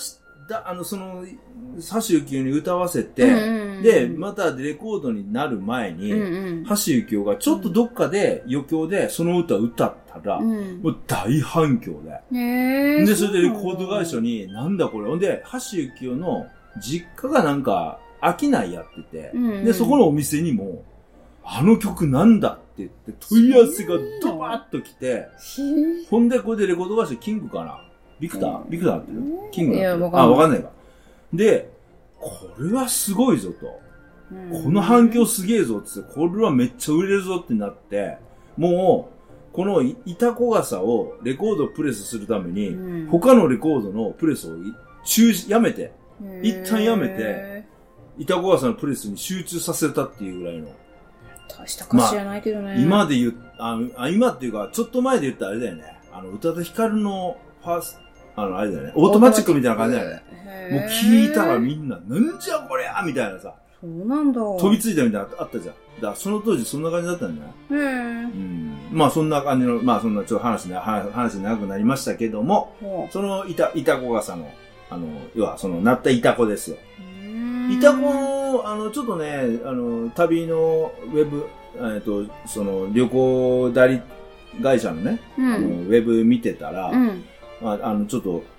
Speaker 2: 幸夫に歌わせて、で、またレコードになる前に、橋幸夫がちょっとどっかで余興でその歌を歌ったら、もう大反響で。で、それでレコード会社に、なんだこれ。ほんで、橋幸夫の実家がなんか、商いやってて、で、そこのお店にも、あの曲なんだって言って問い合わせがドバーッと来て、ほんでこれでレコード会社キングかなビクターってキングだってわかんないか。で、これはすごいぞと。この反響すげえぞって、これはめっちゃ売れるぞってなって、もう、このイタコガサをレコードをプレスするために、他のレコードのプレスをやめて、一旦やめて、イタコガサのプレスに集中させたっていうぐらいの。
Speaker 1: 大した歌詞じゃないけどね。
Speaker 2: 今っていうか、ちょっと前で言ったらあれだよね。宇多田ヒカルのあれだよね。オートマチックみたいな感じだよね。もう聞いたらみんな、なんじゃこりゃみたいなさ。
Speaker 1: そうなんだ。
Speaker 2: 飛びついたみたいなのあったじゃん。だからその当時そんな感じだったんじゃないまあそんな感じの、まあそんなちょっと話長くなりましたけども、そのイタコがの、要はそのなったイタコですよ。イタコ、ちょっとね、旅のウェブ、その旅行代理会社のね、ウェブ見てたら、ちょっと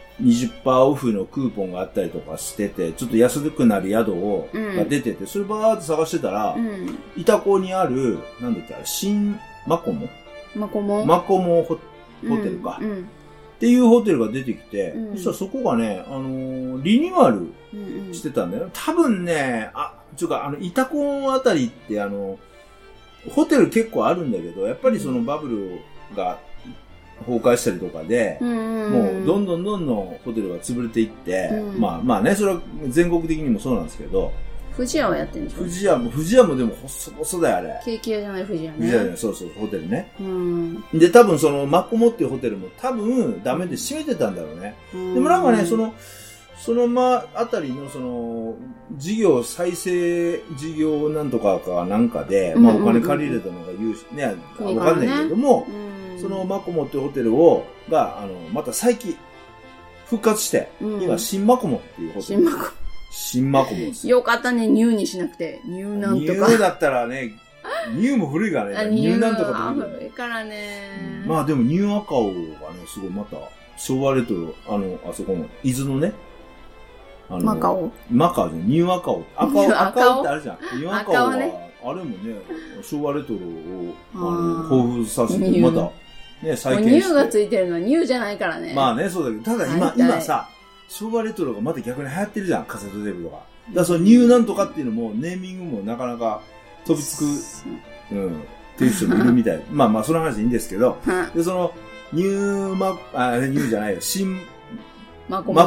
Speaker 2: 20% オフのクーポンがあったりとかしてて、ちょっと安くなる宿が出てて、それバーって探してたら、イタコにある、なんだっけ、新マコモホテルか。っていうホテルが出てきて、そしたらそこがね、リニューアルしてたんだよ。多分ね、イタコあたりって、ホテル結構あるんだけど、やっぱりそのバブルが崩壊したりとかで、もうどんどんホテルが潰れていって、まあね、それは全国的にもそうなんですけど、
Speaker 1: 富士屋はやってるんでしょ？
Speaker 2: 富士屋もでも細だよ、あれ。
Speaker 1: ケーキ屋じゃない富士屋ね。
Speaker 2: 富士屋じゃない、そう、ホテルね。で、多分その、マコモっていうホテルも多分ダメで閉めてたんだろうね。でもなんかね、そのあたりのその、再生事業なんとかなんかで、まあお金借り入れたのがね、わかんないけれども、そのマコモっていうホテルが、また再起、復活して、今、新マコモっていうホテル。新マコモです。
Speaker 1: よかったね、ニューにしなくて。ニューなんとか。
Speaker 2: ニューだったらね、ニューも古いからね。ニューなんとかって
Speaker 1: 古いからね。
Speaker 2: まあでもニューアカオがね、すごいまた、昭和レトロ、あそこの、伊豆のね、
Speaker 1: マカオ
Speaker 2: じゃん、ニューアカオ。赤オってあるじゃん。ニューアカオは、ね、あれもね、昭和レトロを、彷彿させて、また、ね、再現して。
Speaker 1: ニューがついてるのはニューじゃないからね。
Speaker 2: まあね、そうだけど、ただ今さ、昭和レトロがまた逆に流行ってるじゃん、カセットテープとか。だからそのニューなんとかっていうのも、ネーミングもなかなか飛びつく、っていう人もいるみたい。まあその話いいんですけど、で、その、ニューじゃないよ、新、マコモ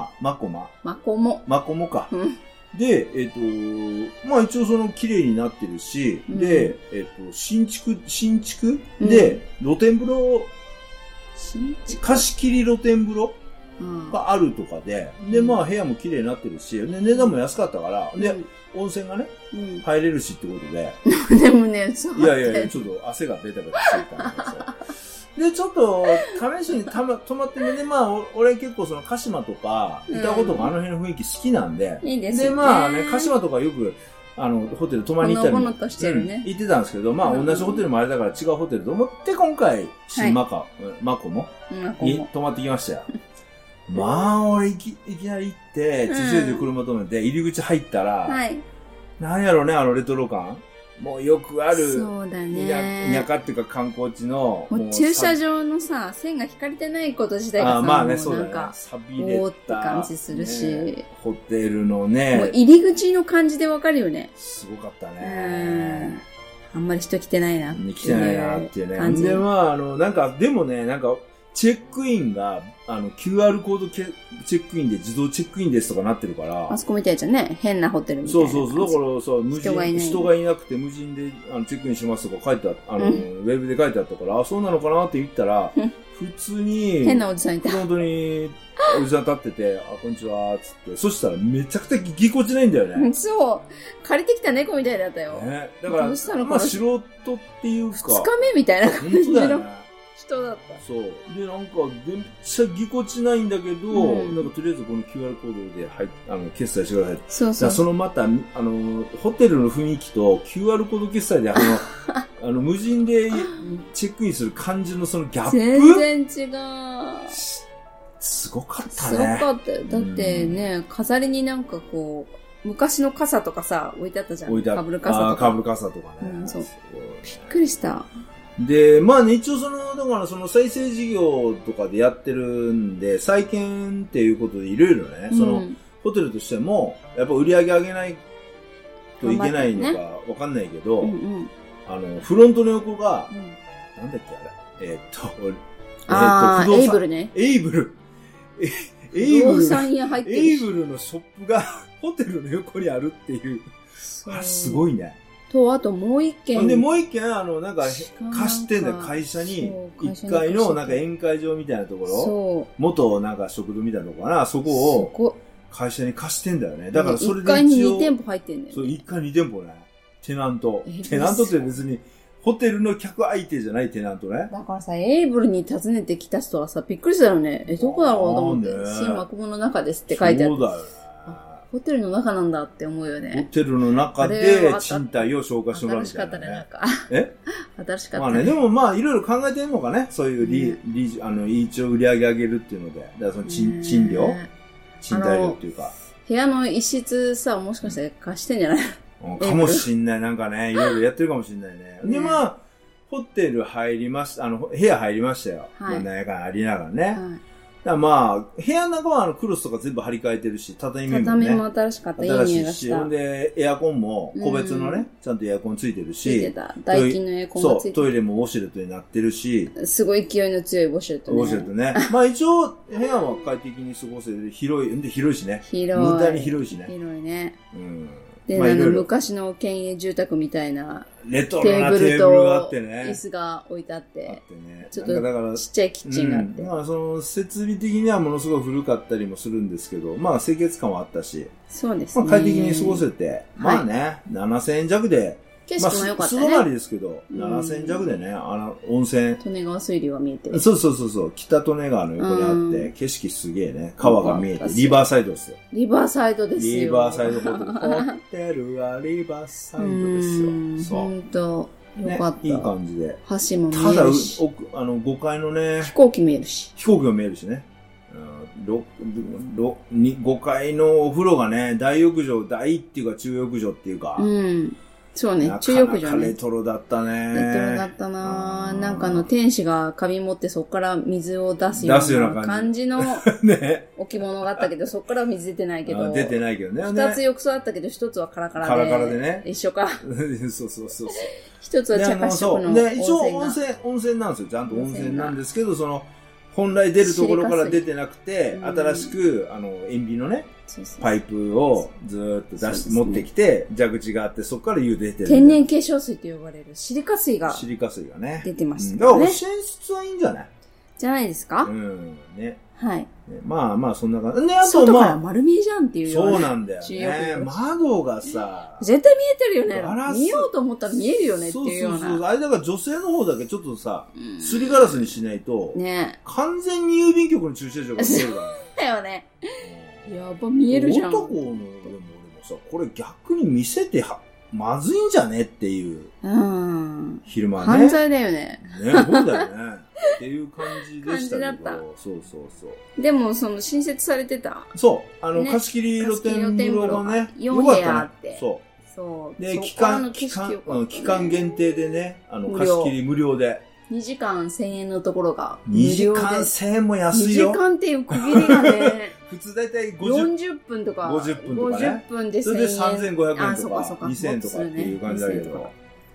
Speaker 2: か。で、まあ一応その綺麗になってるし、で、新築で、露天風呂、貸し切り露天風呂があるとかで、で、まあ部屋も綺麗になってるし、で、値段も安かったから、で、温泉がね、入れるしってことで。
Speaker 1: でもね、そう。
Speaker 2: いや、ちょっと汗がベタベタしてたんですよ。で、ちょっと、試しに泊まってみて、まあ、俺結構その鹿島とか、いたことがあの辺の雰囲気好きなんで、
Speaker 1: いいですね。
Speaker 2: で、まあね、鹿島とかよく、ホテル泊まりに行ったりも、
Speaker 1: 行
Speaker 2: ってたんですけど、まあ、同じホテルもあれだから違うホテルと思って、今回、新マコモに泊まってきましたよ。まあ、俺いきなり行って、駐車場で車止めて、入り口入ったら、なんやろうね、レトロ感。もうよくある、
Speaker 1: そうだね。
Speaker 2: 田舎っていうか観光地の、
Speaker 1: もう駐車場のさ、線が引かれてないこと自体がさ、
Speaker 2: まあね、そうだね。錆びれた。
Speaker 1: って感じするし、
Speaker 2: ホテルのね。
Speaker 1: もう入り口の感じでわかるよね。
Speaker 2: すごかったね。
Speaker 1: あんまり人来てないな。
Speaker 2: 来てないなっていうね。で、まあ、でもね、チェックインが、QR コードチェックインで自動チェックインですとかなってるから。
Speaker 1: あそこみたいじゃんね。変なホテルみたいな。
Speaker 2: そう。だからさ、人がいなくて無人でチェックインしますとか書いてあった、ウェブで書いてあったから、そうなのかなって言ったら、普通に、
Speaker 1: 変なおじさんいた。
Speaker 2: フロントに、おじさん立ってて、こんにちは、つって。そしたらめちゃくちゃぎこちないんだよね。
Speaker 1: そう。借りてきた猫みたいだったよ。
Speaker 2: ね。だから、まあ素人っていうか。
Speaker 1: 二日目みたいな感じの。人だった。
Speaker 2: そう。で、めっちゃぎこちないんだけど、とりあえずこの QR コードで決済してください。
Speaker 1: そう。
Speaker 2: そのまた、ホテルの雰囲気と QR コード決済で、無人でチェックインする感じのそのギャップ
Speaker 1: 全然違う。
Speaker 2: すごかったね。
Speaker 1: すごかったよ。だってね、飾りに昔の傘とかさ、置いてあったじゃん。かぶる傘とか。
Speaker 2: かぶる傘とかね。
Speaker 1: そう。びっくりした。
Speaker 2: で、まあね、一応だからその再生事業とかでやってるんで、再建っていうことでいろいろね、ホテルとしても、やっぱ売り上げ上げないといけないのかわかんないけど、フロントの横が、なんだっけあれ不動産。
Speaker 1: エイブルね。
Speaker 2: エイブルのショップがホテルの横にあるっていう。すごいね。
Speaker 1: あともう一軒。
Speaker 2: で、もう一軒、貸してんだよ、会社に。一階の、宴会場みたいなところ。元、食堂みたいなところかな、そこを、会社に貸してんだよね。だからそれで
Speaker 1: 一階に2店舗入ってんだよ。
Speaker 2: そう、一階2店舗ね。テナント。テナントって別に、ホテルの客相手じゃないテナントね。
Speaker 1: だからさ、エイブルに訪ねてきた人はさ、びっくりしたよね。どこだろうと思って。新マコモの中ですって書いてある。
Speaker 2: そうだよね。
Speaker 1: ホテルの中なんだって思うよね。
Speaker 2: ホテルの中で賃貸を紹介してもらうみたいな、ね。
Speaker 1: 新しかったね、なんか。新しかったね。
Speaker 2: まあね、でもまあいろいろ考えてんのかね。そういう一応売り上げ上げるっていうので。だからその賃貸料っていうか。
Speaker 1: 部屋の一室さ、もしかしたら貸してんじゃない
Speaker 2: かもしんない。なんかね、いろいろやってるかもしんないね。で、まあ、ホテル入りました、部屋入りましたよ。まあ、なんやかんありながらね。だからまあ、部屋の中はクロスとか全部張り替えてるし、畳もね。
Speaker 1: 畳も新しかった。いい匂いがした。
Speaker 2: ほんで、エアコンも個別のね、ちゃんとエアコンついてるし。
Speaker 1: ついてた。ダイキンのエアコンがついて
Speaker 2: た。そう、トイレもウォシュレットになってるし。
Speaker 1: すごい勢いの強いウォシュレットね。
Speaker 2: ウォシュレットね。まあ一応、部屋は快適に過ごせる。広いしね。無駄に広いしね。
Speaker 1: 広いね。
Speaker 2: うん。
Speaker 1: で、昔の県営住宅みたいな、
Speaker 2: レトロなテーブルがあってね。
Speaker 1: 椅子が置いてあって、
Speaker 2: ね、
Speaker 1: ちょっとちっちゃいキッチンがあって。
Speaker 2: まあ設備的にはものすごい古かったりもするんですけど、まあ清潔感はあったし、
Speaker 1: そうですね。
Speaker 2: まあ快適に過ごせて、まあね、7000円弱で、
Speaker 1: 景色も良かったね。
Speaker 2: 素泊まりですけど、7000円弱でね、温泉。
Speaker 1: 利根川水流が見えてる。
Speaker 2: そう。北利根川の横にあって、景色すげえね。川が見えて、リバーサイドですよ。
Speaker 1: リバーサイドですよ。
Speaker 2: リバーサイドホテル。ホテルはリバーサイドですよ。そう。
Speaker 1: ほんと、よかった。
Speaker 2: いい感じで。
Speaker 1: 橋も見えるし。
Speaker 2: ただ、5階のね。
Speaker 1: 飛行機見えるし。
Speaker 2: 飛行機が見えるしね。 5階のお風呂がね、大浴場、大っていうか中浴場っていうか。
Speaker 1: うん。そうね、中浴場ね。
Speaker 2: レトロだったね。
Speaker 1: レトロだったななんか天使が花瓶持ってそこから水を出すような感じの置物があったけど、そこから水出てないけど。
Speaker 2: 出てないけどね。
Speaker 1: 2つ浴槽あったけど、1つはカラカラで。
Speaker 2: カラカラでね。
Speaker 1: 一緒か。
Speaker 2: そう。
Speaker 1: 1つは茶褐色の。
Speaker 2: で、一応温泉なんですよ。ちゃんと温泉なんですけど、本来出るところから出てなくて、新しく、塩ビのね、パイプをずーっと持ってきて、蛇口があって、そこから湯出てる。
Speaker 1: 天然化粧水と呼ばれるシリカ水が。
Speaker 2: ね。
Speaker 1: 出てましたね。
Speaker 2: だから、泉質はいいんじゃない
Speaker 1: じゃないですか？
Speaker 2: ね。
Speaker 1: はい。
Speaker 2: まあ、そんな感じ。ね、あと
Speaker 1: 外から丸見えじゃんっていうよ
Speaker 2: そうなんだよね。窓がさ、
Speaker 1: 絶対見えてるよね。見ようと思ったら見えるよねっていうような。
Speaker 2: そう。あれだから女性の方だけちょっとさ、すりガラスにしないと、
Speaker 1: ね。
Speaker 2: 完全に郵便局の駐車場が見えるからね。
Speaker 1: だよね。やば見えるじゃん。
Speaker 2: 男の俺もさ、これ逆に見せてまずいんじゃねっていう。昼間ね。
Speaker 1: 犯罪だよね。
Speaker 2: ね、そうだよね。っていう感じでしたけど。
Speaker 1: 感じだった。
Speaker 2: そう。
Speaker 1: でも、新設されてた。
Speaker 2: そう。貸し切り露天風呂がね、
Speaker 1: 4部屋あって。
Speaker 2: そう。で、期間限定でね、貸し切り無料で。
Speaker 1: 2時間1000円のところが
Speaker 2: 無料で。2時間1000円も安いよ。
Speaker 1: 2時間っていう区切りがね。
Speaker 2: 普通だいたい
Speaker 1: 40分とか。
Speaker 2: 50分とかね。
Speaker 1: 50分で1000円。
Speaker 2: それで3500円とか、2000円とかっていう感じだけど。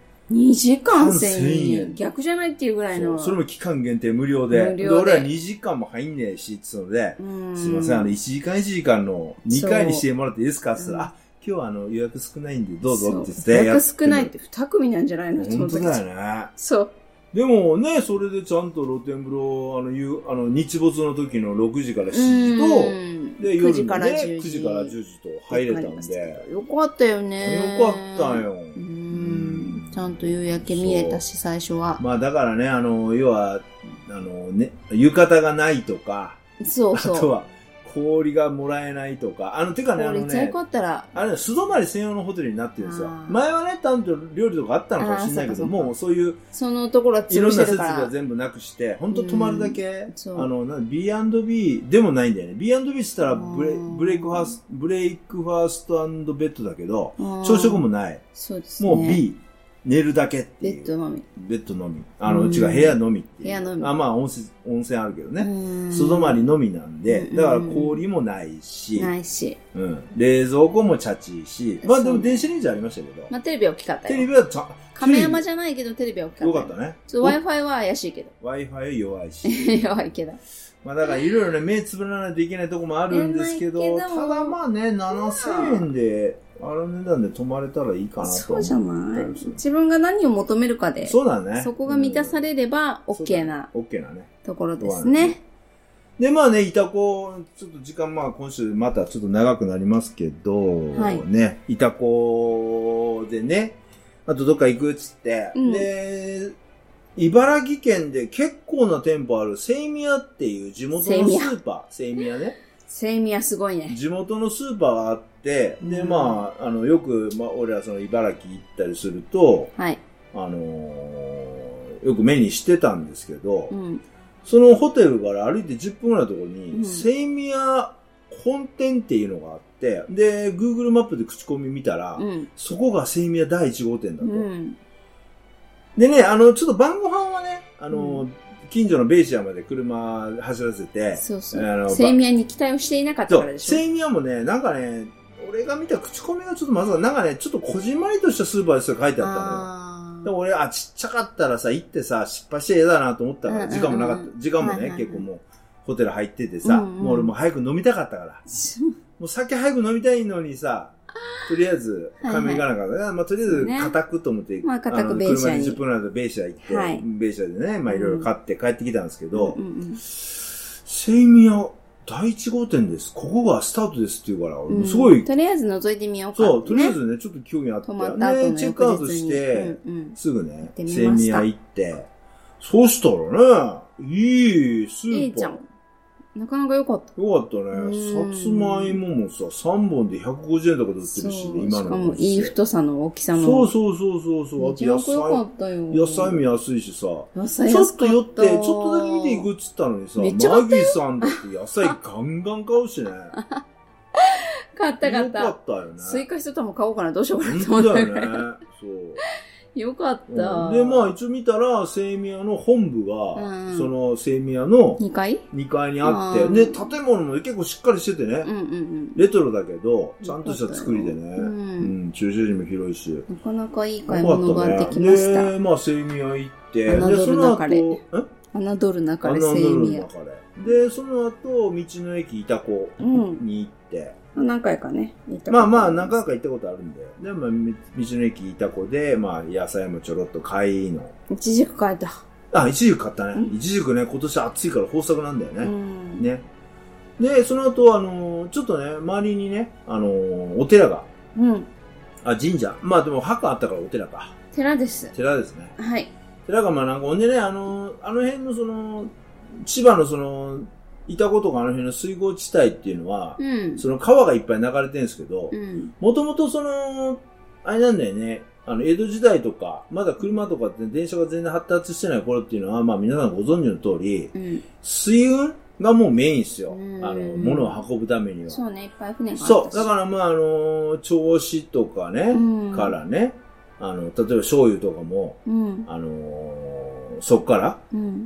Speaker 1: 2時間1000円。逆じゃないっていうぐらいの。
Speaker 2: それも期間限定無料で。で、俺は2時間も入んねえし、つうので、すいません、1時間の2回にしてもらっていいですかって言ったら、今日は予約少ないんでどうぞって言って。
Speaker 1: 予約少ないって2組なんじゃないの？
Speaker 2: 本当だよね。
Speaker 1: そう。
Speaker 2: でもね、それでちゃんと露天風呂、日没の時の6時から7時と、で、夜のね、9時から10時と入れたんで。
Speaker 1: よかったよね。
Speaker 2: よかったよ。
Speaker 1: ちゃんと夕焼け見えたし、最初は。
Speaker 2: まあだからね、要は、ね、浴衣がないとか、
Speaker 1: そう。
Speaker 2: あとは、氷がもらえないとか、てかね、素泊まり専用のホテルになってるんですよ。前はね、ちゃんと料理とかあったのかもしれないけど、もうそういう、
Speaker 1: そのところ
Speaker 2: いろんな設備が全部なくして、本当泊まるだけ、B&B でもないんだよね。B&B って言ったらブレイクファースト&ベッドだけど、朝食もない。
Speaker 1: そうですね。
Speaker 2: もう B。寝るだけっていう。ベッドのみ。違う、部屋のみっていう。
Speaker 1: 部屋のみ。
Speaker 2: まあ、温泉あるけどね。素泊まりのみなんで、だから氷もないし。冷蔵庫もチャチいし。まあでも電子レンジありましたけど。
Speaker 1: まあテレビは大きかったよ。
Speaker 2: テレビは
Speaker 1: 亀山じゃないけどテレビは大きかった。
Speaker 2: よかったね。
Speaker 1: Wi-Fi は怪しいけど。
Speaker 2: Wi-Fi は弱いし。
Speaker 1: 弱いけど。
Speaker 2: まあだからいろいろね、目つぶらないといけないとこもあるんですけど、ただまあね、7000円で、あの値段で泊まれたらいいかなと。
Speaker 1: そうじゃない。自分が何を求めるかで。
Speaker 2: そうだね。
Speaker 1: そこが満たされれば、OK な。
Speaker 2: OK なね。
Speaker 1: ところですね。
Speaker 2: で、まあね、イタコ、ちょっと時間今週またちょっと長くなりますけど、ね、イタコでね、あとどっか行くっつって、で、茨城県で結構な店舗あるセイミヤっていう地元のスーパー、セイミヤね。
Speaker 1: セイミヤすごいね。
Speaker 2: 地元のスーパーがあって、で、まあ、よく、俺ら茨城行ったりすると、よく目にしてたんですけど、そのホテルから歩いて10分ぐらいのところに、セイミヤ本店っていうのがあって、で、Google マップで口コミ見たら、そこがセイミヤ第1号店だと。でね、ちょっと晩ご飯はね、近所のベイシアまで車走らせて、
Speaker 1: セイミヤに期待をしていなかったからでしょ。
Speaker 2: セイミヤもね、なんかね、俺が見た口コミがちょっとまずは、なんかね、ちょっとこじんまりとしたスーパーですよ書いてあったのよ。で俺、ちっちゃかったらさ、行ってさ、失敗して嫌だなと思ったから、時間もなかった。時間もね、結構もう、ホテル入っててさ、もう俺も早く飲みたかったから。もう酒早く飲みたいのにさ、とりあえず、買い物行かなかった。まあ、とりあえず、固くと思って、
Speaker 1: まあ、固くベイシアに。
Speaker 2: 車で10分ぐらいでベイシア行って、ベイシアでね、まあ、いろいろ買って帰ってきたんですけど、セイミヤ第1号店です。ここがスタートですって言うから、すごい。
Speaker 1: とりあえず覗いてみようか。
Speaker 2: そう、とりあえずね、ちょっと興味あって。ね、チェックアウトして、すぐね、セイミヤ行って、そうしたらね、いいスーパー。いいじゃん。
Speaker 1: なかなか良かった。
Speaker 2: 良かったね。さつまいももさ、3本で150円とかで売ってるし、今の。
Speaker 1: しかもいい太さの大きさの。
Speaker 2: そう。あと野菜。野菜も安いしさ。ちょっと寄って、ちょっとだけ見ていくっつったのにさ、マギさんだって野菜ガンガン買うしね。
Speaker 1: 買った。
Speaker 2: よかったよね。
Speaker 1: スイカ一玉買おうかな、どうしようかなと思った。
Speaker 2: 本当だよね。そう。
Speaker 1: よかった。
Speaker 2: で、まあ一応見たら、セイミヤの本部が、そのセイミヤの2階にあって、で、建物も結構しっかりしててね、レトロだけど、ちゃんとした作りでね、駐車場も広いし。
Speaker 1: なかなかいい買い物ができました。
Speaker 2: で、まあセイミヤ行って、
Speaker 1: で、その後、侮るなかれ、セイミヤ。
Speaker 2: で、その後、道の駅イタコに行って、
Speaker 1: 何回かね。
Speaker 2: まあ何回か行ったことあるんで。で、まあ、道の駅いた子で、まあ、野菜もちょろっと買いの。
Speaker 1: いちじく買えた。
Speaker 2: あ、いちじく買ったね。いちじくね、今年暑いから豊作なんだよね。ね。で、その後、ちょっとね、周りにね、お寺が。神社。まあでも墓あったからお寺か。
Speaker 1: 寺です。
Speaker 2: 寺ですね。
Speaker 1: はい。
Speaker 2: 寺がまあなんか、ほんでね、あの辺の千葉のいたことがあの辺の水郷地帯っていうのは、その川がいっぱい流れてるんですけど、もともとあれなんだよね、江戸時代とか、まだ車とかって電車が全然発達してない頃っていうのは、まあ皆さんご存知の通り、水運がもうメインですよ。物を運ぶためには。
Speaker 1: そうね、いっぱい船があったし。
Speaker 2: そう。だからまあ銚子とかね、からね、例えば醤油とかも、そっから、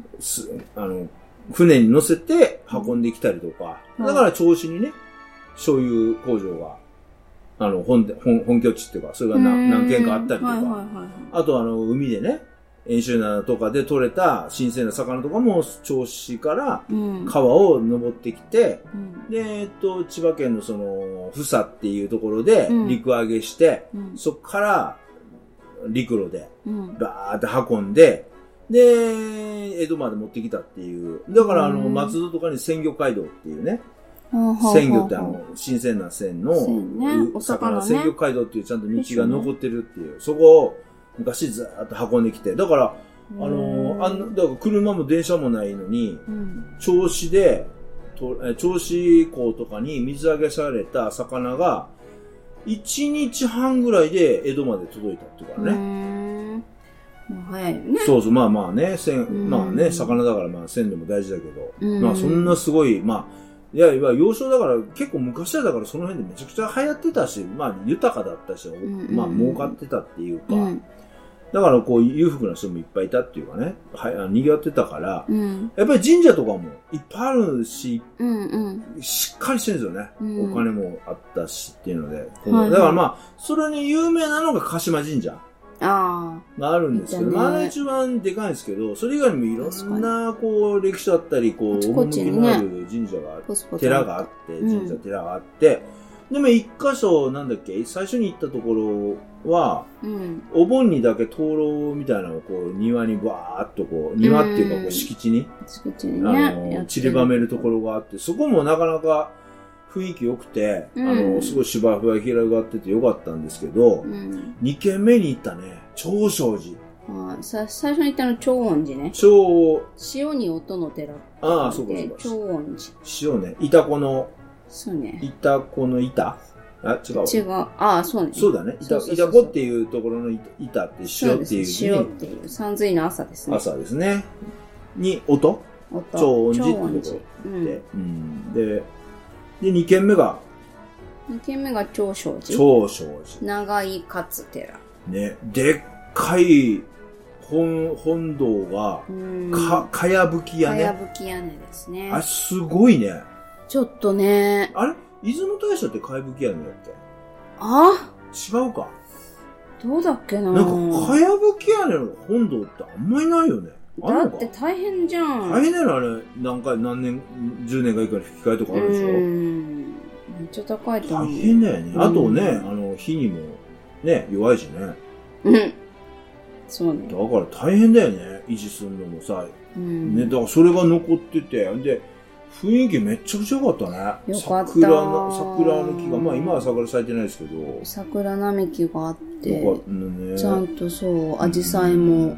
Speaker 2: 船に乗せて運んできたりとか。だから銚子にね、醤油工場が、本拠地っていうか、それが何軒かあったりとか。あと海でね、遠州灘とかで取れた新鮮な魚とかも銚子から川を登ってきて、で、千葉県のふさっていうところで陸揚げして、そっから陸路でバーって運んで、で、江戸まで持ってきたっていう。だから松戸とかに鮮魚街道っていうね。鮮魚って新鮮な鮮の魚、鮮魚街道っていうちゃんと道が残ってるっていう。そこを昔ずーっと運んできて。だから、だから車も電車もないのに、銚子で、銚子港とかに水揚げされた魚が、1日半ぐらいで江戸まで届いたっていうからね。
Speaker 1: 早いよね。
Speaker 2: そうそう、まあまあね、まあね、魚だからまあ鮮度も大事だけど、まあそんなすごい、まあ、いわゆる幼少だから結構昔だからその辺でめちゃくちゃ流行ってたし、まあ豊かだったし、まあ儲かってたっていうか、だからこう裕福な人もいっぱいいたっていうかね、賑わってたから、やっぱり神社とかもいっぱいあるし、しっかりしてるんですよね。お金もあったしっていうので。だからまあ、それに有名なのが鹿島神社。があるんですけど、まあ一番でかいんですけど、それ以外にもいろんなこう歴史だったり、こう趣のある神社があって、寺があって、寺があって、でも一箇所なんだっけ、最初に行ったところは、お盆にだけ灯籠みたいなのをこう庭にバーっとこう、庭っていうかこう敷地に、散りばめるところがあって、そこもなかなか雰囲気良くて、すごい芝生が広がってて良かったんですけど、2軒目に行ったね、長生寺。
Speaker 1: 最初に行ったの長音寺ね。塩に音の寺。
Speaker 2: ああ、そうかそうか。
Speaker 1: 長音
Speaker 2: 寺。塩ね。いたこの。
Speaker 1: そうね。
Speaker 2: いたこの板違う。
Speaker 1: 違う。ああ、そうね。
Speaker 2: そうだね。いたこっていうところの板って塩っていう字に。
Speaker 1: 塩っていう。山水の朝ですね。
Speaker 2: 朝ですね。に、音長音寺ってところで、2軒目が
Speaker 1: 長生寺。
Speaker 2: 長生寺。
Speaker 1: 長井勝寺。
Speaker 2: ね。でっかい本堂が、かやぶき屋根。
Speaker 1: かやぶき屋根ですね。
Speaker 2: あ、すごいね。
Speaker 1: ちょっとね。
Speaker 2: あれ出雲大社ってかやぶき屋根だっけ？違うか。
Speaker 1: どうだっけな。
Speaker 2: なんか、かやぶき屋根の本堂ってあんまりないよね。
Speaker 1: だって大変じゃん。
Speaker 2: 大変だよね、あれ。何年、10年か以下に吹き替えとかあるでしょ。
Speaker 1: めっちゃ高いと思う。
Speaker 2: 大変だよね。あとね、火にもね、弱いしね。
Speaker 1: そうね。
Speaker 2: だから大変だよね、維持するのもさ。ね、だからそれが残ってて、で、雰囲気めっちゃくちゃ良かったね。
Speaker 1: よかった。
Speaker 2: 桜の木が、まあ今は桜咲いてないですけど。
Speaker 1: 桜並木があって。
Speaker 2: よかったね。
Speaker 1: ちゃんとそう、紫陽花も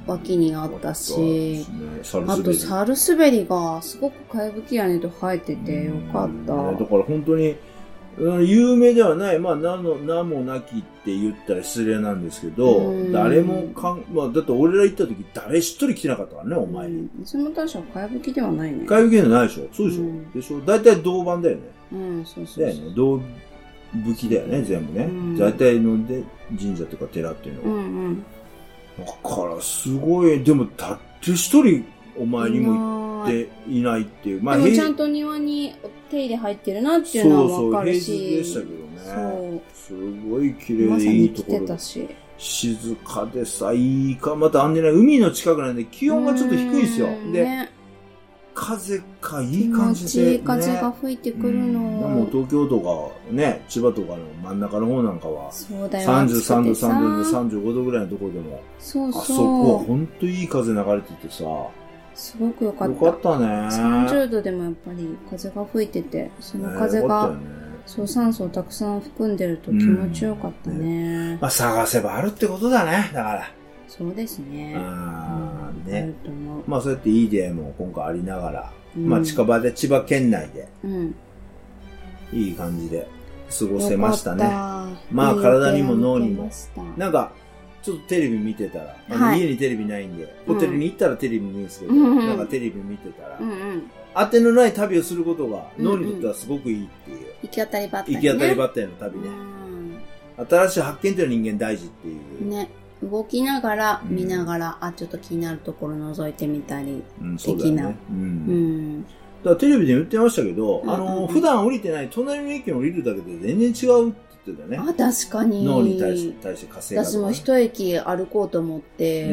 Speaker 1: 脇にあったし、あとサルスベリがすごくかやぶき屋根と生えててよかった。
Speaker 2: だから本当に、有名ではない、まあ名もなきって言ったら失礼なんですけど、誰もまあだって俺ら行った時誰一人来てなかったからね、お前に。
Speaker 1: その確かかやぶきではないね。
Speaker 2: かやぶきではないでしょ。そうでしょ。でしょ。大体銅板だよね。
Speaker 1: そうそう。
Speaker 2: だよね。銅武器だよね、全部ね。大体ので神社とか寺っていうのは。だからすごい、でもたって一人お前にも行っていないっていう。
Speaker 1: まあ、でもちゃんと庭に手入れ入ってるなっていうのはわかるし。
Speaker 2: そうそう、平日でしたけどね。すごい綺麗でいいところ。まさに来てたし。静かでさ、いいか、また海の近くなんで気温がちょっと低いですよ。で、風がいい感じで、
Speaker 1: 気持ちいい風が吹いてくるの。
Speaker 2: もう東京とかね、千葉とかの真ん中の方なんかは、33度、3度、35度ぐらいのところでも、あそこはほんといい風流れててさ、
Speaker 1: すごくよかった。
Speaker 2: よかったね。
Speaker 1: 30度でもやっぱり風が吹いてて、その風が、そう酸素をたくさん含んでると気持ちよかったね。
Speaker 2: まあ探せばあるってことだね、だから。
Speaker 1: そうですね。
Speaker 2: ね。まあそうやっていい出会いも今回ありながら、まあ近場で千葉県内で、いい感じで過ごせましたね。まあ体にも脳にも。なんか、ちょっとテレビ見てたら、家にテレビないんで、ホテルに行ったらテレビ見るんですけど、なんかテレビ見てたら、当てのない旅をすることが脳にとってはすごくいいっていう。
Speaker 1: 行き当たりばったり。
Speaker 2: 行き当たりばったりの旅ね。新しい発見っていうのは人間大事っていう。
Speaker 1: ね。動きながら、見ながら、ちょっと気になるところ覗いてみたり、的な。だ
Speaker 2: からテレビで言ってましたけど、普段降りてない隣の駅に降りるだけで全然違うって言ってたよね。
Speaker 1: 確かに。
Speaker 2: 脳に対して活性化。
Speaker 1: 私も一駅歩こうと思って、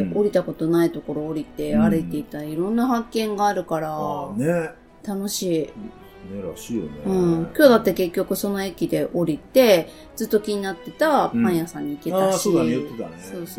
Speaker 1: 降りたことないところ降りて歩いていたらいろんな発見があるから、楽しい。
Speaker 2: ね、らしいよね。
Speaker 1: 今日だって結局その駅で降りて、ずっと気になってたパン屋さんに行けたし。
Speaker 2: そうだね、言ってたね。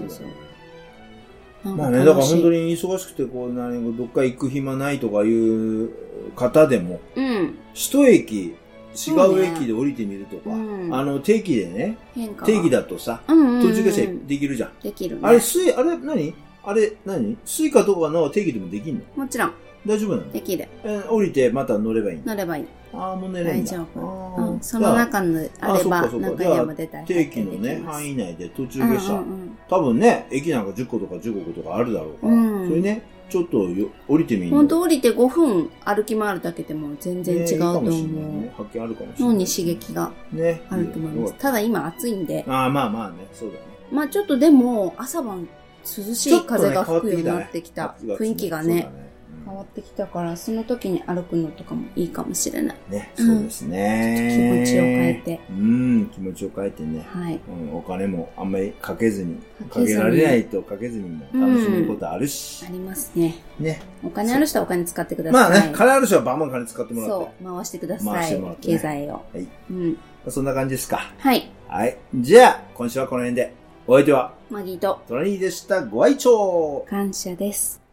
Speaker 1: そう。
Speaker 2: まあね、だから本当に忙しくて、どっか行く暇ないとかいう方でも、一駅、違う駅で降りてみるとか、定期でね、定期だとさ、途中下車できるじゃん。
Speaker 1: できるね。
Speaker 2: あれ何スイカとかの定期でもできんの？
Speaker 1: もちろん。
Speaker 2: 大丈夫なの？
Speaker 1: できる。
Speaker 2: 降りてまた乗ればいいの？
Speaker 1: 乗ればいい。
Speaker 2: もう寝れるんだ。
Speaker 1: 大丈夫。その中のあれば、何回でも出たり。
Speaker 2: 定期のね、範囲内で途中下車。多分ね、駅なんか10個とか15個とかあるだろうから、それね、ちょっと降りてみる。
Speaker 1: ほんと降りて5分歩き回るだけでも全然違うと思う。
Speaker 2: 発見あるかもしれない。
Speaker 1: 脳に刺激があると思います。ただ今暑いんで。
Speaker 2: まあね、そうだね。
Speaker 1: まあちょっとでも朝晩涼しい風が吹くようになってきた。雰囲気がね。変わってきたから、その時に歩くのとかもいいかもしれない。
Speaker 2: ね、そうですね。
Speaker 1: 気持ちを変えて。
Speaker 2: 気持ちを変えてね。はい。お金もあんまりかけずに、かけられないとかけずにも楽しむことあるし。
Speaker 1: ありますね。
Speaker 2: ね。
Speaker 1: お金ある人はお金使ってください。
Speaker 2: まあね、金ある人はバンバン金使ってもらって。
Speaker 1: そう、回してください。回してもらって。経済を。はい。
Speaker 2: そんな感じですか。
Speaker 1: はい。
Speaker 2: はい。じゃあ、今週はこの辺で。お相手は、
Speaker 1: マギーと
Speaker 2: トラニーでした。ご愛聴。
Speaker 1: 感謝です。